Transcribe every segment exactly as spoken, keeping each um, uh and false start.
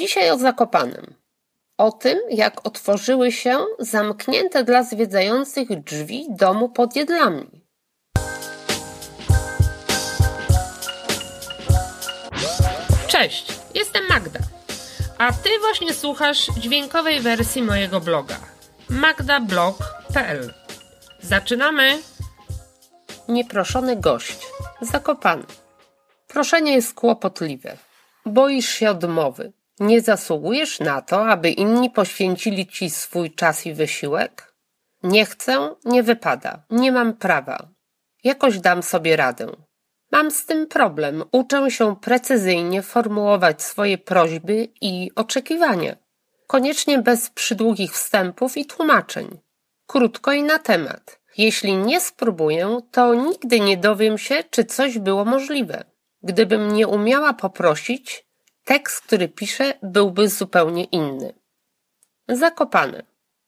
Dzisiaj o Zakopanem. O tym, jak otworzyły się zamknięte dla zwiedzających drzwi domu pod Jedlami. Cześć, jestem Magda, a Ty właśnie słuchasz dźwiękowej wersji mojego bloga magdablog kropka p l. Zaczynamy! Nieproszony gość. Zakopany. Proszenie jest kłopotliwe. Boisz się odmowy. Nie zasługujesz na to, aby inni poświęcili Ci swój czas i wysiłek? Nie chcę, nie wypada. Nie mam prawa. Jakoś dam sobie radę. Mam z tym problem. Uczę się precyzyjnie formułować swoje prośby i oczekiwania. Koniecznie bez przydługich wstępów i tłumaczeń. Krótko i na temat. Jeśli nie spróbuję, to nigdy nie dowiem się, czy coś było możliwe. Gdybym nie umiała poprosić, tekst, który piszę, byłby zupełnie inny. Zakopane.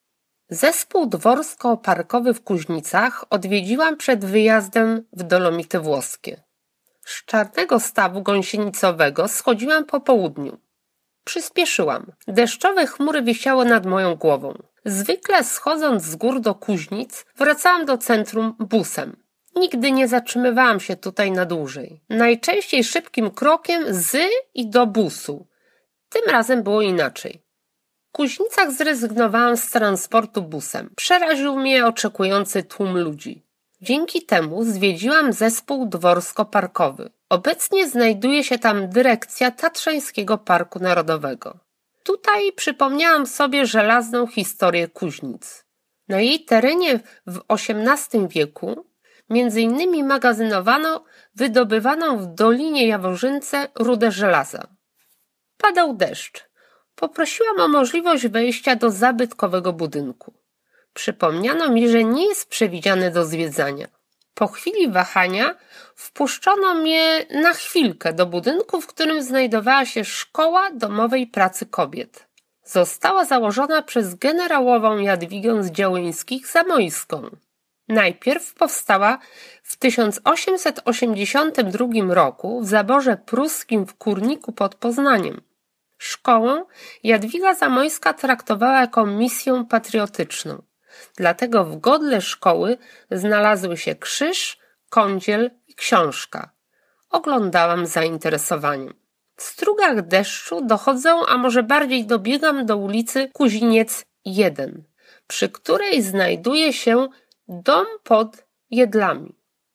Zespół dworsko-parkowy w Kuźnicach odwiedziłam przed wyjazdem w Dolomity Włoskie. Z czarnego stawu gąsienicowego schodziłam po południu. Przyspieszyłam. Deszczowe chmury wisiały nad moją głową. Zwykle schodząc z gór do Kuźnic, wracałam do centrum busem. Nigdy nie zatrzymywałam się tutaj na dłużej. Najczęściej szybkim krokiem z i do busu. Tym razem było inaczej. W Kuźnicach zrezygnowałam z transportu busem. Przeraził mnie oczekujący tłum ludzi. Dzięki temu zwiedziłam zespół dworsko-parkowy. Obecnie znajduje się tam dyrekcja Tatrzańskiego Parku Narodowego. Tutaj przypomniałam sobie żelazną historię Kuźnic. Na jej terenie w osiemnastym wieku między innymi magazynowano wydobywaną w Dolinie Jaworzynce rudę żelaza. Padał deszcz. Poprosiłam o możliwość wejścia do zabytkowego budynku. Przypomniano mi, że nie jest przewidziany do zwiedzania. Po chwili wahania wpuszczono mnie na chwilkę do budynku, w którym znajdowała się Szkoła Domowej Pracy Kobiet. Została założona przez generałową Jadwigę z Działyńskich-Zamojską. Najpierw powstała w tysiąc osiemset osiemdziesiątym drugim roku w zaborze pruskim w Kurniku pod Poznaniem. Szkołę Jadwiga Zamojska traktowała jako misję patriotyczną. Dlatego w godle szkoły znalazły się krzyż, kądziel i książka. Oglądałam z zainteresowaniem. W strugach deszczu dochodzę, a może bardziej dobiegam do ulicy Kuziniec jeden, przy której znajduje się dom pod Jedlami.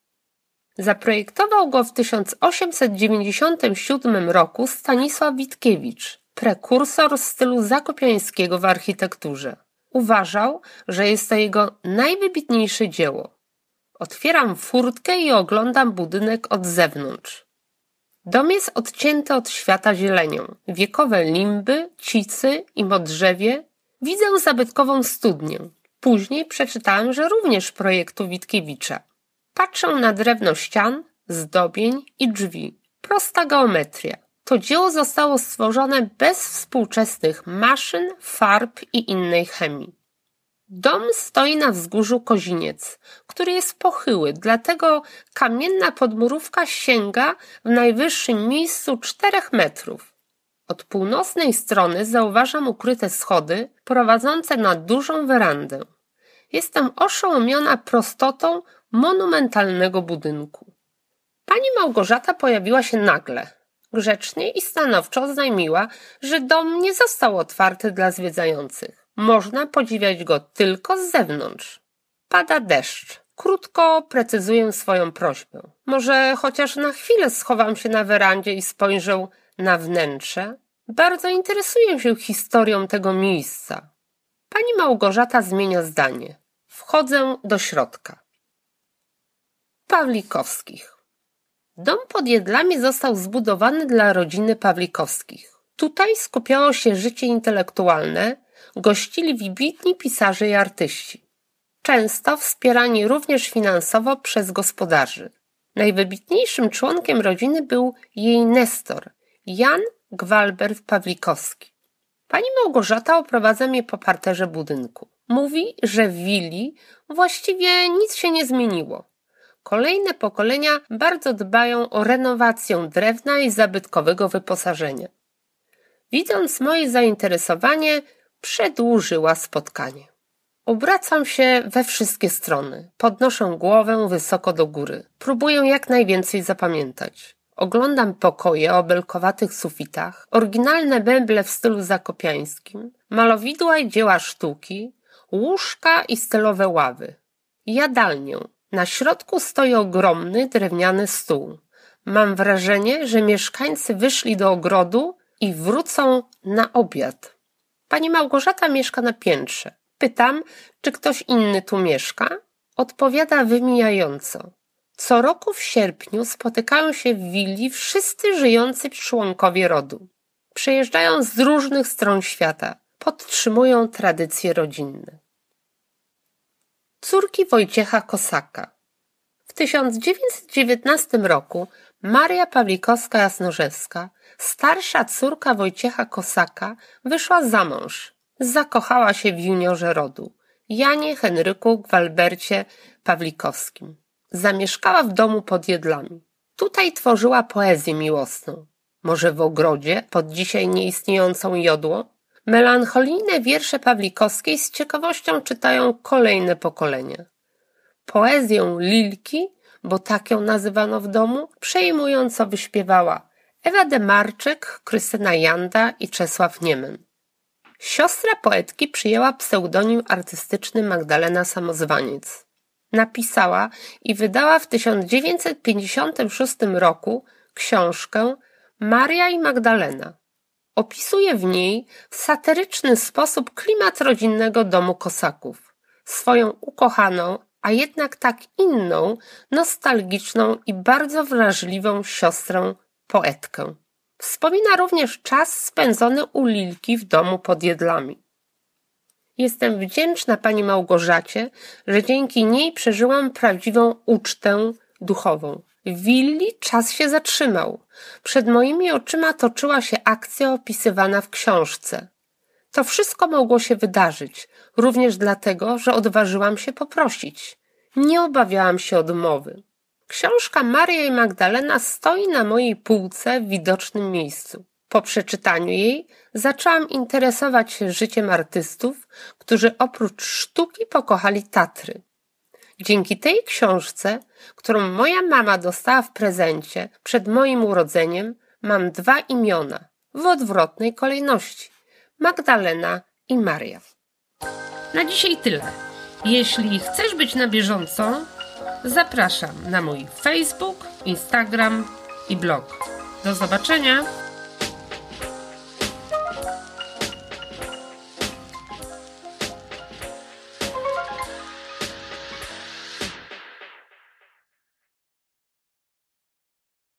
Zaprojektował go w tysiąc osiemset dziewięćdziesiątym siódmym roku Stanisław Witkiewicz, prekursor stylu zakopiańskiego w architekturze. Uważał, że jest to jego najwybitniejsze dzieło. Otwieram furtkę i oglądam budynek od zewnątrz. Dom jest odcięty od świata zielenią. Wiekowe limby, cicy i modrzewie. Widzę zabytkową studnię. Później przeczytałem, że również projektu Witkiewicza. Patrzę na drewno ścian, zdobień i drzwi. Prosta geometria. To dzieło zostało stworzone bez współczesnych maszyn, farb i innej chemii. Dom stoi na wzgórzu Koziniec, który jest pochyły, dlatego kamienna podmurówka sięga w najwyższym miejscu czterech metrów. Od północnej strony zauważam ukryte schody prowadzące na dużą werandę. Jestem oszołomiona prostotą monumentalnego budynku. Pani Małgorzata pojawiła się nagle. Grzecznie i stanowczo oznajmiła, że dom nie został otwarty dla zwiedzających. Można podziwiać go tylko z zewnątrz. Pada deszcz. Krótko precyzuję swoją prośbę. Może chociaż na chwilę schowam się na werandzie i spojrzę na wnętrze? Bardzo interesuję się historią tego miejsca. Pani Małgorzata zmienia zdanie. Wchodzę do środka. Pawlikowskich. Dom pod Jedlami został zbudowany dla rodziny Pawlikowskich. Tutaj skupiało się życie intelektualne, gościli wybitni pisarze i artyści. Często wspierani również finansowo przez gospodarzy. Najwybitniejszym członkiem rodziny był jej nestor, Jan Gwalbert Pawlikowski. Pani Małgorzata oprowadza mnie po parterze budynku. Mówi, że w willi właściwie nic się nie zmieniło. Kolejne pokolenia bardzo dbają o renowację drewna i zabytkowego wyposażenia. Widząc moje zainteresowanie, przedłużyła spotkanie. Obracam się we wszystkie strony. Podnoszę głowę wysoko do góry. Próbuję jak najwięcej zapamiętać. Oglądam pokoje o belkowatych sufitach, oryginalne meble w stylu zakopiańskim, malowidła i dzieła sztuki, łóżka i stylowe ławy. Jadalnię. Na środku stoi ogromny drewniany stół. Mam wrażenie, że mieszkańcy wyszli do ogrodu i wrócą na obiad. Pani Małgorzata mieszka na piętrze. Pytam, czy ktoś inny tu mieszka? Odpowiada wymijająco. Co roku w sierpniu spotykają się w willi wszyscy żyjący członkowie rodu. Przyjeżdżają z różnych stron świata. Podtrzymują tradycje rodzinne. Córki Wojciecha Kosaka. W tysiąc dziewięćset dziewiętnastym roku Maria Pawlikowska-Jasnorzewska, starsza córka Wojciecha Kosaka, wyszła za mąż. Zakochała się w juniorze rodu, Janie Henryku Gwalbercie Pawlikowskim. Zamieszkała w domu pod Jedlami. Tutaj tworzyła poezję miłosną. Może w ogrodzie, pod dzisiaj nieistniejącą Jodło? Melancholijne wiersze Pawlikowskiej z ciekawością czytają kolejne pokolenia. Poezję Lilki, bo tak ją nazywano w domu, przejmująco wyśpiewała Ewa Demarczyk, Krystyna Janda i Czesław Niemen. Siostra poetki przyjęła pseudonim artystyczny Magdalena Samozwaniec. Napisała i wydała w tysiąc dziewięćset pięćdziesiątym szóstym roku książkę Maria i Magdalena. Opisuje w niej w satyryczny sposób klimat rodzinnego domu Kosaków. Swoją ukochaną, a jednak tak inną, nostalgiczną i bardzo wrażliwą siostrę poetkę. Wspomina również czas spędzony u Lilki w domu pod Jedlami. Jestem wdzięczna pani Małgorzacie, że dzięki niej przeżyłam prawdziwą ucztę duchową. W willi czas się zatrzymał. Przed moimi oczyma toczyła się akcja opisywana w książce. To wszystko mogło się wydarzyć, również dlatego, że odważyłam się poprosić. Nie obawiałam się odmowy. Książka Maria i Magdalena stoi na mojej półce w widocznym miejscu. Po przeczytaniu jej zaczęłam interesować się życiem artystów, którzy oprócz sztuki pokochali Tatry. Dzięki tej książce, którą moja mama dostała w prezencie przed moim urodzeniem, mam dwa imiona w odwrotnej kolejności. Magdalena i Maria. Na dzisiaj tyle. Jeśli chcesz być na bieżąco, zapraszam na mój Facebook, Instagram i blog. Do zobaczenia!